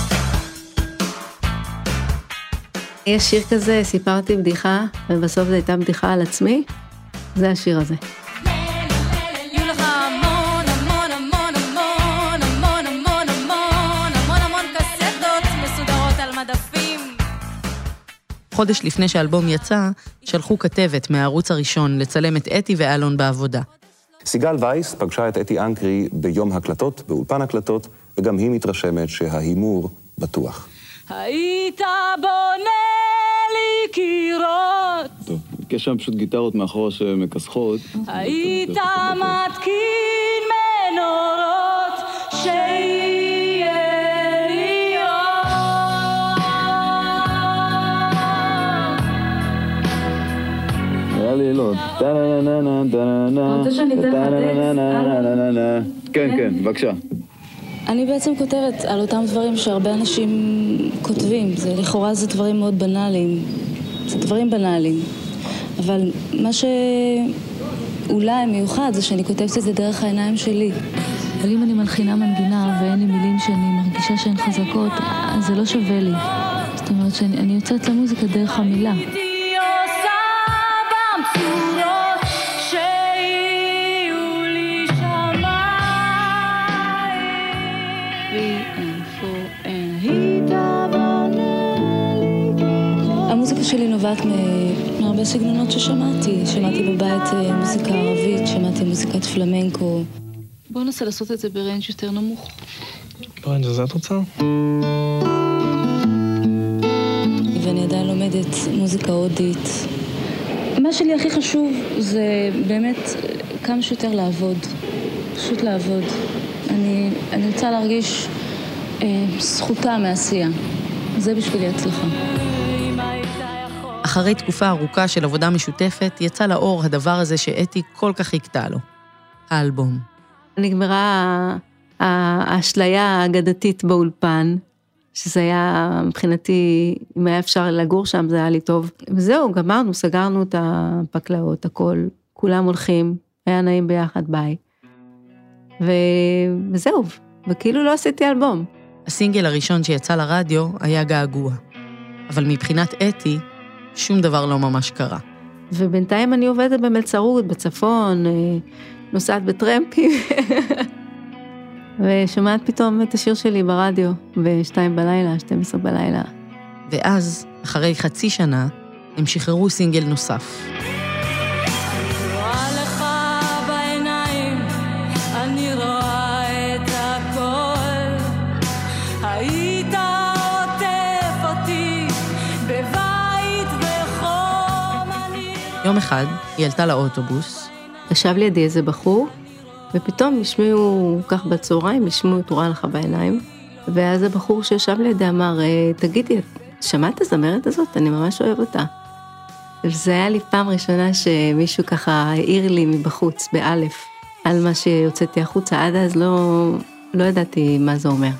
יש שיר כזה, סיפרתי בדיחה, ובסוף זו הייתה בדיחה על עצמי, זה השיר הזה. חודש לפני שהאלבום יצא, שלחו כתבת מהערוץ הראשון לצלם את אתי ואלון בעבודה. סיגל וייס פגשה את אתי אנקרי ביום הקלטות, באולפן הקלטות, וגם היא מתרשמת שההימור בטוח. היית בונה לי קירות. טוב, יש שם פשוט גיטרות מאחורה שמכסחות. היית מתקין מנורות לא, כן, בבקשה. אני בעצם כותבת על אותם דברים שהרבה אנשים כותבים. זה לכאורה זה דברים מאוד בנאליים. זה דברים בנאליים. אבל מה שאולי מיוחד זה שאני כותבת את זה דרך העיניים שלי. אבל אם אני מלחינה מנגינה ואין לי מילים שאני מרגישה שהן חזקות, אז זה לא שווה לי. זאת אומרת שאני יוצאת למוזיקה דרך המילה. המוזיקה שלי נובעת מהרבה סגנונות ששמעתי. שמעתי בבית מוזיקה ערבית, שמעתי מוזיקת פלמנקו. בואו ננסה לעשות את זה בריינג' יותר נמוך. בריינג' הזה את רוצה? ואני עדיין לומדת מוזיקה הודית. מה שלי הכי חשוב זה באמת כמה שיותר לעבוד. פשוט לעבוד. אני רוצה להרגיש זכותה מעשייה. זה בשבילי הצלחה. אחרי תקופה ארוכה של עבודה משותפת, יצא לאור הדבר הזה שאתי כל כך חיכתה לו. האלבום. נגמרה האשליה האגדתית באולפן, שזה היה מבחינתי, אם היה אפשר לגור שם, זה היה לי טוב. וזהו, גמרנו, סגרנו את הפקלאות, הכל, כולם הולכים, היה נעים ביחד, ביי. וזהו, וכאילו לא עשיתי אלבום. הסינגל הראשון שיצא לרדיו היה געגוע. אבל מבחינת אתי, שום דבר לא ממש קרה. ובינתיים אני עובדת במלצרות, בצפון, נוסעת בטרמפים, ושומעת פתאום את השיר שלי ברדיו, ב-2 בלילה, 12 בלילה. ואז, אחרי חצי שנה, הם שחררו סינגל נוסף. יום אחד היא עלתה לאוטובוס. ישב לידי איזה בחור, ופתאום השמיעו, כך בצהריים, השמיעו את רואה לך בעיניים, ואז הבחור שישב לידי אמר, תגידי, שמעת את הזמרת הזאת? אני ממש אוהב אותה. וזה היה לי פעם ראשונה שמישהו ככה העיר לי מבחוץ, באלף, על מה שיוצאתי החוצה. עד אז לא ידעתי מה זה אומר.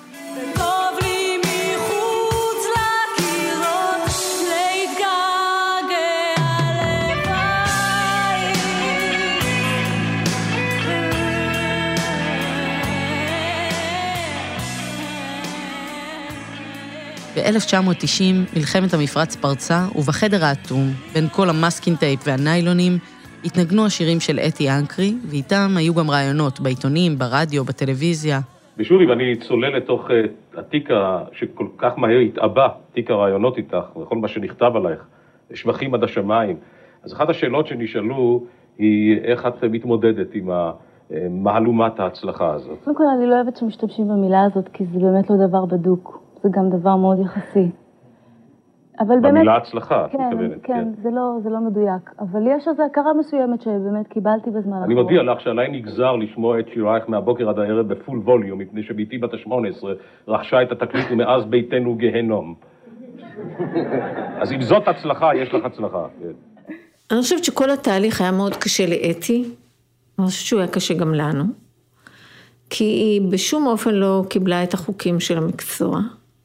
ב-1990 מלחמת המפרץ פרצה, ובחדר האטום, בין כל המסקין טייפ והניילונים, התנגנו השירים של אתי אנקרי, ואיתם היו גם רעיונות בעיתונים, ברדיו, בטלוויזיה. ושולי, ואני צולל לתוך התיק שכל כך מהר התאבא, תיק הרעיונות איתך, וכל מה שנכתב עלייך, שבחים עד השמיים. אז אחת השאלות שנשאלו היא איך את מתמודדת עם מהלומת ההצלחה הזאת. קודם כל, אני לא אוהבת שמשתמשים במילה הזאת, כי זה באמת לא דבר בדוק. זה גם דבר מאוד יחסי. אבל באמת... במילה הצלחה, כן, מתכוונת. כן, זה לא מדויק. אבל יש איזו הכרה מסוימת שבאמת קיבלתי בזמן האחרון. אני מודיע לך שעליי נגזר לשמוע את שירייך מהבוקר עד הערב בפול ווליום, מפני שביתי בת ה-18 רכשה את התקליט ומאז ביתנו גהנום. אז אם זאת הצלחה, יש לך הצלחה. אני חושבת שכל התהליך היה מאוד קשה לאתי, אני חושבת שהוא היה קשה גם לנו, כי היא בשום אופן לא קיבלה את החוקים של המקצוע,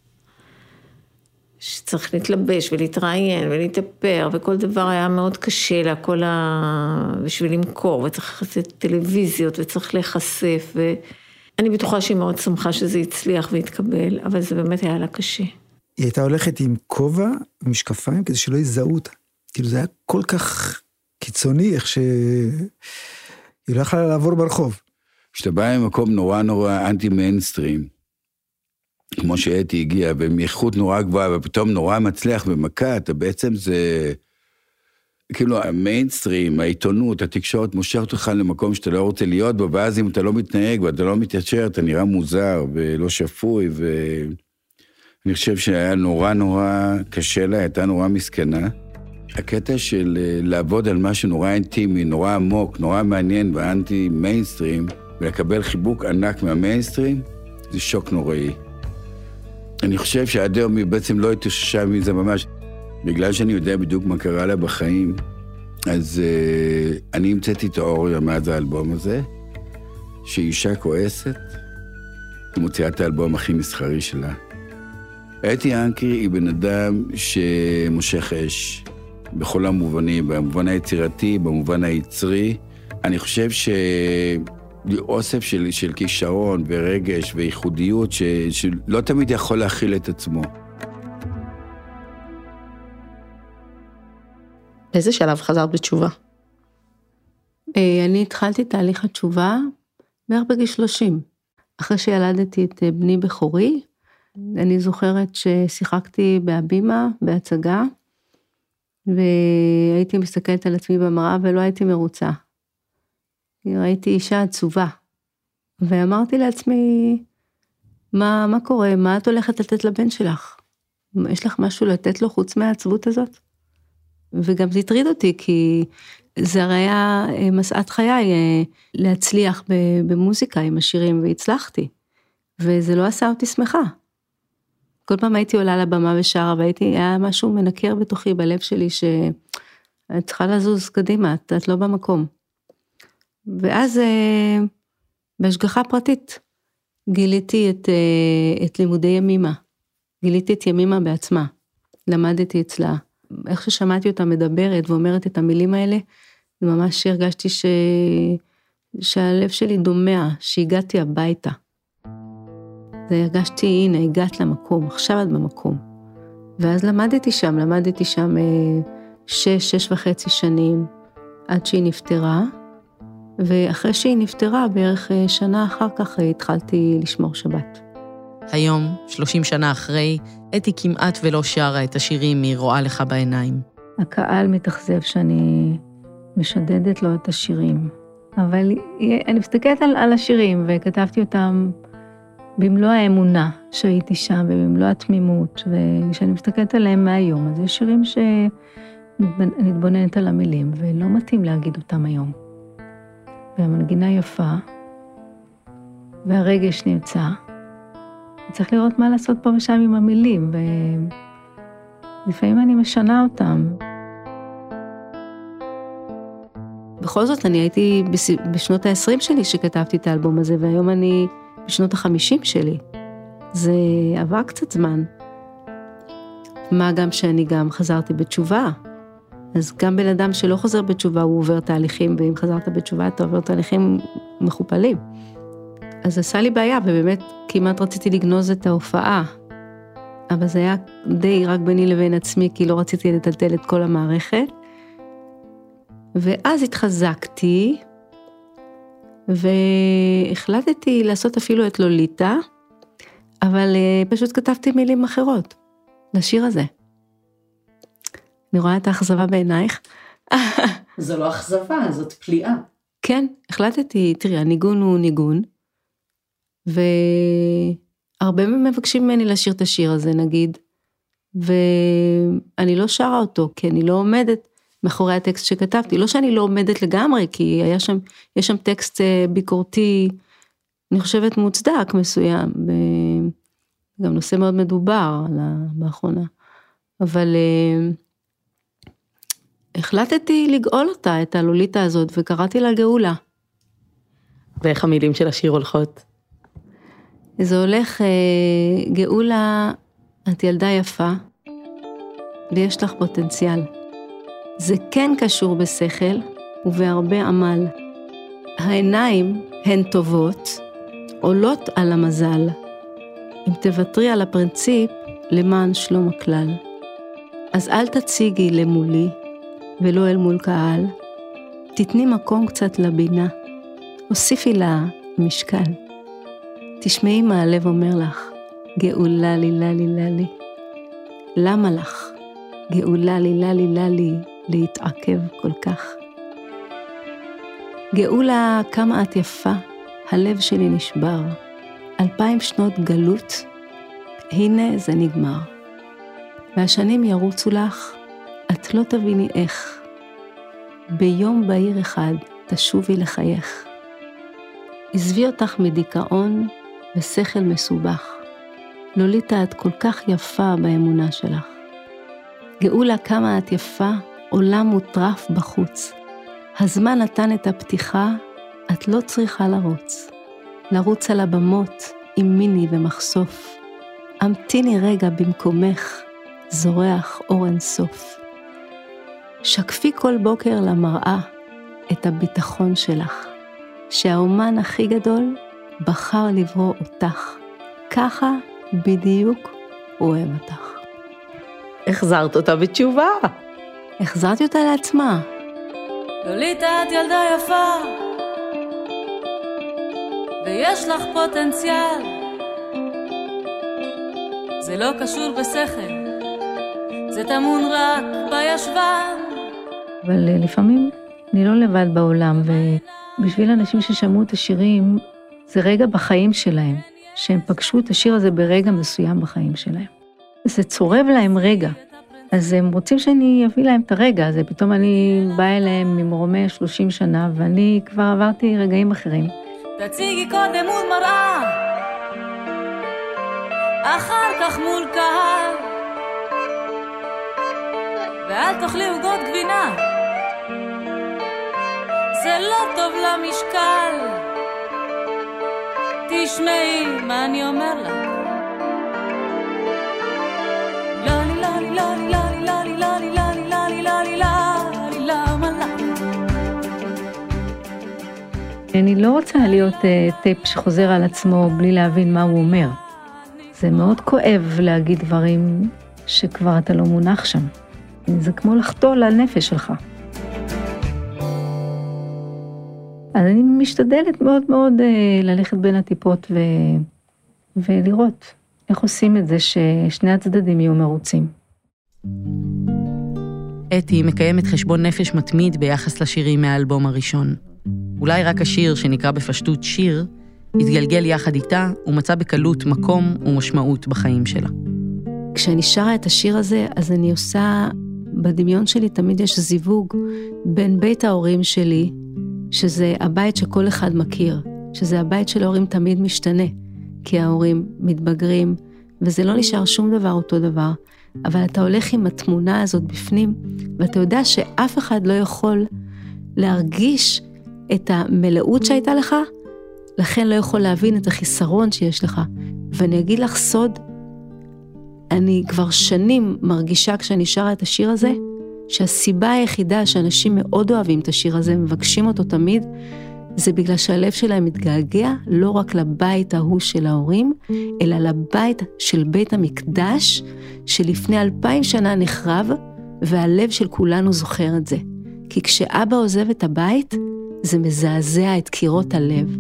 שצריך להתלבש ולהתראיין ולהתאפר, וכל דבר היה מאוד קשה לה, בשביל למכור, וצריך לעשות טלוויזיות, וצריך להיחשף, ואני בטוחה שהיא מאוד שמחה שזה יצליח והתקבל, אבל זה באמת היה לה קשה. היא הייתה הולכת עם כובע ומשקפיים, כדי שלא יזהו אותה. כאילו זה היה כל כך קיצוני, איך שהיא לא יכלה לעבור ברחוב. כשאתה בא ממקום נורא אנטי מיינסטרים, כמו שאתי הגיעה, במייחות נורא גבוהה, ופתאום נורא מצליח במכה, אתה בעצם זה, כאילו המיינסטרים, העיתונות, התקשורת, מושכת אותך למקום שאתה לא רוצה להיות בו, ואז אם אתה לא מתנהג ואתה לא מתיישר, אתה נראה מוזר ולא שפוי, ואני חושב שהיה נורא קשה לה, הייתה נורא מסכנה. הקטע של לעבוד על משהו נורא אינטימי, נורא עמוק, נורא מעניין באנטי מיינסטרים, ולקבל חיבוק ענק מהמיינסטרים, זה שוק נוראי. אני חושב שעד היום היא בעצם לא התאוששה מזה ממש. בגלל שאני יודע בדיוק מה קרה לה בחיים, אז אני המצאתי תיאוריה מאז האלבום הזה, שאישה כועסת, היא מוציאה את האלבום הכי מסחרי שלה. אתי אנקרי היא בן אדם שמושך אש, בכל המובנים, במובן היצירתי, במובן היצרי. אני חושב אוסף של כישרון ורגש וייחודיות שלא תמיד יכול להכיל את עצמו. באיזה שלב חזרת בתשובה? אני התחלתי תהליך התשובה בערך בגיל 30. אחרי שילדתי את בני בכורי, אני זוכרת ששיחקתי בהבימה, בהצגה, והייתי מסתכלת על עצמי במראה ולא הייתי מרוצה. ראיתי אישה עצובה, ואמרתי לעצמי, מה קורה? מה את הולכת לתת לבן שלך? יש לך משהו לתת לו חוץ מהעצבות הזאת? וגם זה הטריד אותי, כי זה הרי היה מסעת חיי להצליח במוזיקה עם השירים, והצלחתי. וזה לא עשה אותי שמחה. כל פעם הייתי עולה לבמה ושרה, היה משהו מנקר בתוכי בלב שלי, שאת צריכה לזוז קדימה, את לא במקום. ואז בהשגחה פרטית גיליתי את לימודי ימימה. גיליתי את ימימה בעצמה. למדתי אצלה. איך ששמעתי אותה מדברת ואומרת את המילים האלה, ממש הרגשתי שהלב שלי דומע, שהגעתי הביתה. הרגשתי, הנה, הגעת למקום, עכשיו את במקום. ואז למדתי שם 6.5 שנים, עד שהיא נפטרה, ואחרי שהיא נפטרה, בערך שנה אחר כך התחלתי לשמור שבת. היום, 30 שנה אחרי, אתי כמעט ולא שרה את השירים היא רואה לך בעיניים. הקהל מתאכזב שאני משדדת לו את השירים, אבל אני מסתכלת על השירים וכתבתי אותם במלוא האמונה שהייתי שם ובמלוא התמימות, וכשאני מסתכלת עליהם מהיום, אז יש שירים שאני מתבוננת על המילים ולא מתאים להגיד אותם היום. והמנגינה יפה, והרגש נמצא, צריך לראות מה לעשות פה ושם עם המילים, ולפעמים אני משנה אותם. בכל זאת, אני הייתי בשנות ה-20 שלי שכתבתי את האלבום הזה, והיום אני בשנות ה-50 שלי. זה עבר קצת זמן. מה גם שאני גם חזרתי בתשובה. אז גם בן אדם שלא חוזר בתשובה, הוא עובר תהליכים, ואם חזרת בתשובה, אתה עובר תהליכים מכופלים. אז עשה לי בעיה, ובאמת כמעט רציתי לגנוז את ההופעה. אבל זה היה די רק ביני לבין עצמי, כי לא רציתי לטלטל את כל המערכת. ואז התחזקתי, והחלטתי לעשות אפילו את לוליטה, אבל פשוט כתבתי מילים אחרות, לשיר הזה. אני רואה את האכזבה בעינייך. זו לא אכזבה, זאת פליאה. כן, החלטתי, תראי, הניגון הוא ניגון, והרבה מבקשים ממני לשיר את השיר הזה, נגיד, ואני לא שרה אותו, כי אני לא עומדת מאחורי הטקסט שכתבתי, לא שאני לא עומדת לגמרי, כי יש שם טקסט ביקורתי, אני חושבת מוצדק מסוים, גם נושא מאוד מדובר באחרונה, אבל החלטתי לגאול אותה, את הלוליטה הזאת, וקראתי לה גאולה. ואיך המילים של השיר הולכות? זה הולך, גאולה, את ילדה יפה, ויש לך פוטנציאל. זה כן קשור בשכל ובהרבה עמל. העיניים הן טובות, עולות על המזל. אם תוותרי על הפרינציפ, למען שלום הכלל. אז אל תציגי למולי, ולא אל מול קהל. תתני מקום קצת לבינה, הוסיפי לה משקל. תשמעי מה הלב אומר לך, גאולה לי, ללי, ללי. למה לך? גאולה לי, ללי, ללי, להתעכב כל כך. גאולה, כמה את יפה, הלב שלי נשבר. 2000 שנות גלות, הנה זה נגמר. והשנים ירוצו לך, את לא תביני איך. ביום בהיר אחד תשובי לחייך. עזבי אותך מדיכאון ושכל מסובך. לוליטה, את כל כך יפה באמונה שלך. גאולה, כמה את יפה, עולם מוטרף בחוץ. הזמן נתן את הפתיחה, את לא צריכה לרוץ על הבמות עם מיני ומחשוף. המתיני רגע במקומך, זורח אור אינסוף. שקפי כל בוקר למראה את הביטחון שלך. שהאומן הכי גדול בחר לברוא אותך. ככה בדיוק הוא אוהב אותך. החזרת אותה בתשובה. החזרתי אותה לעצמה. לוליטה, את ילדה יפה, ויש לך פוטנציאל. זה לא קשור בשכל, זה תמון רק בישבן. אבל לפעמים אני לא לבד בעולם, ובשביל אנשים ששמעו את השירים, זה רגע בחיים שלהם, שהם פגשו את השיר הזה ברגע מסוים בחיים שלהם. זה צורב להם רגע, אז הם רוצים שאני אביא להם את הרגע הזה, פתאום אני באה אליהם ממרומי 30 שנה, ואני כבר עברתי רגעים אחרים. תציגי קודם מול מראה, אחר כך מול קהל, ואל תאכלי עוגות גבינה, זה לא טוב למשקל. תשמעי מה אני אומר לך. אני לא רוצה להיות טייפ שחוזר על עצמו בלי להבין מה הוא אומר. זה מאוד כואב להגיד דברים שכבר אתה לא מונח שם. זה כמו לחתור לנפש שלך. אז אני משתדלת מאוד מאוד ללכת בין הטיפות ולראות איך עושים את זה ששני הצדדים יהיו מרוצים. אתי מקיימת חשבון נפש מתמיד ביחס לשירים מהאלבום הראשון. אולי רק השיר שנקרא בפשטות שיר, התגלגל יחד איתה ומצא בקלות מקום ומשמעות בחיים שלה. כשאני שרה את השיר הזה, אז אני עושה, בדמיון שלי תמיד יש זיווג בין בית ההורים שלי, שזה הבית שכל אחד מכיר, שזה הבית של ההורים תמיד משתנה, כי ההורים מתבגרים, וזה לא נשאר שום דבר אותו דבר, אבל אתה הולך עם התמונה הזאת בפנים, ואתה יודע שאף אחד לא יכול להרגיש את המלאות שהייתה לך, לכן לא יכול להבין את החיסרון שיש לך. ואני אגיד לך סוד, אני כבר שנים מרגישה כשאני שרה את השיר הזה, שהסיבה היחידה שאנשים מאוד אוהבים את השיר הזה, מבקשים אותו תמיד, זה בגלל שהלב שלהם מתגעגע לא רק לבית ההוא של ההורים, אלא לבית של בית המקדש, שלפני 2000 שנה נחרב, והלב של כולנו זוכר את זה. כי כשאבא עוזב את הבית, זה מזעזע את קירות הלב.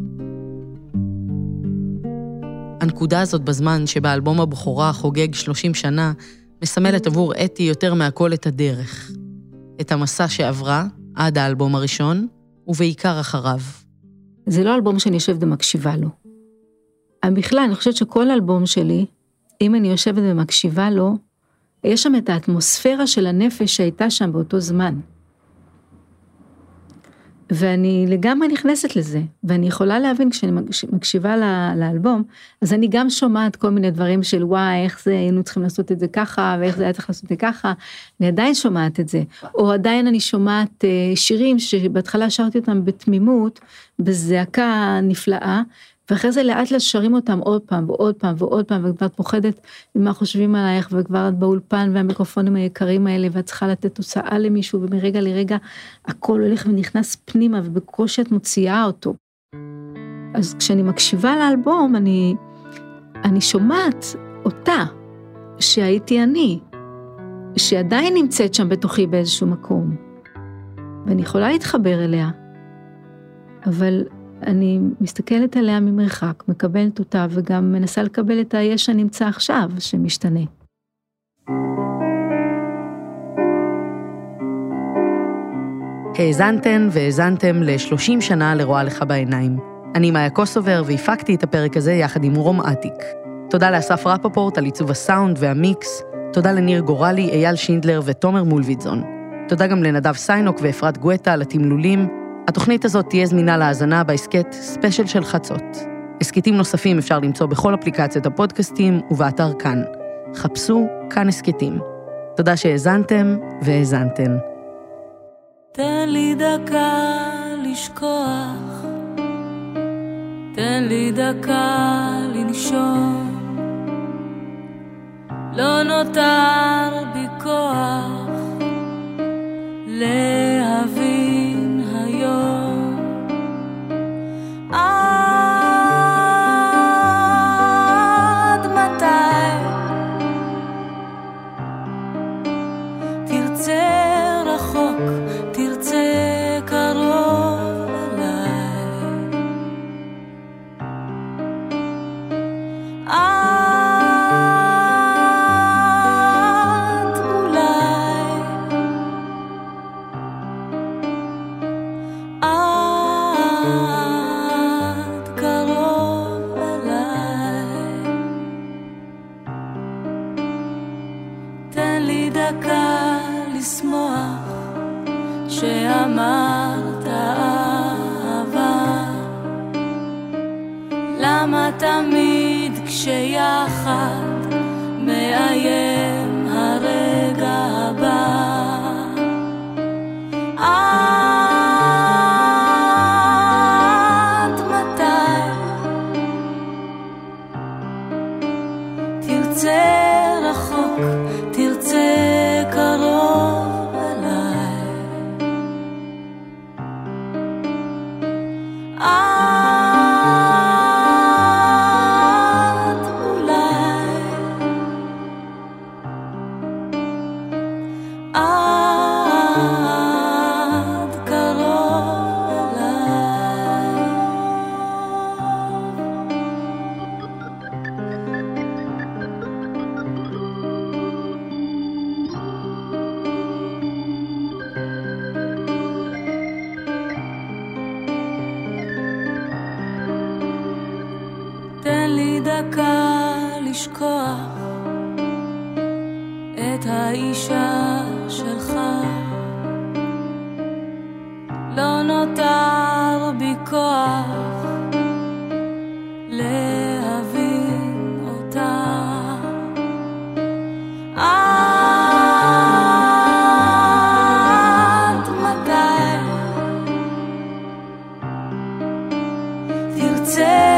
הנקודה הזאת בזמן שבה אלבום הבכורה חוגג 30 שנה, מסמלת עבור אתי יותר מהכל את הדרך. את המסע שעברה עד האלבום הראשון, ובעיקר אחריו. זה לא אלבום שאני יושבת ומקשיבה לו. בכלל, אני חושבת שכל אלבום שלי, אם אני יושבת ומקשיבה לו, יש שם את האטמוספירה של הנפש שהייתה שם באותו זמן. ואני לגמרי נכנסת לזה, ואני יכולה להבין כשאני מקשיבה לאלבום, אז אני גם שומעת כל מיני דברים של וואי, איך זה, היינו צריכים לעשות את זה ככה, ואיך זה היה צריך לעשות את זה ככה, אני עדיין שומעת את זה, או עדיין אני שומעת שירים שבהתחלה שרתי אותם בתמימות, בזעקה נפלאה, ואחרי זה לאט לאט שרים אותם עוד פעם ועוד פעם ועוד פעם, וכבר את פוחדת ממה חושבים עלייך, וכבר את באולפן והמיקרופונים היקרים האלה, ואת צריכה לתת תוצאה למישהו, ומרגע לרגע הכל הולך ונכנס פנימה, ובקושי את מוציאה אותו. אז כשאני מקשיבה לאלבום, אני שומעת אותה, שהייתי אני, שעדיין נמצאת שם בתוכי באיזשהו מקום, ואני יכולה להתחבר אליה, אבל אני מסתכלת עליה ממרחק, מקבלת אותה, וגם מנסה לקבל את היש שנמצא עכשיו, שמשתנה. האזנתן והאזנתם ל-30 שנה לרואה לך בעיניים. אני מאיה קוסובר, והפקתי את הפרק הזה יחד עם רום עתיק. תודה לאסף רפפורט על עיצוב הסאונד והמיקס, תודה לניר גורלי, אייל שינדלר ותומר מולביטזון. תודה גם לנדב סיינוק ואפרת גואטה על התמלולים. התוכנית הזאת תהיה זמינה להאזנה בהסקט ספיישל של חצות. הסקטים נוספים אפשר למצוא בכל אפליקציות הפודקאסטים ובאתר כאן. חפשו כאן הסקטים. תודה שהאזנתם והאזנתן. תן לי דקה לשכוח, תן לי דקה לנשום, לא נותר בי כוח להבין היום, למה תמיד כשיחד מאיים הרגע הבא? עד מתי תרצה רחוק, תרצה קרוב אליי? עד אולי, עד קרוב אליי. תן לי דקה לשכוח את האישה שלך, לא נותר בי כוח להבין אותה. עד מתי תרצה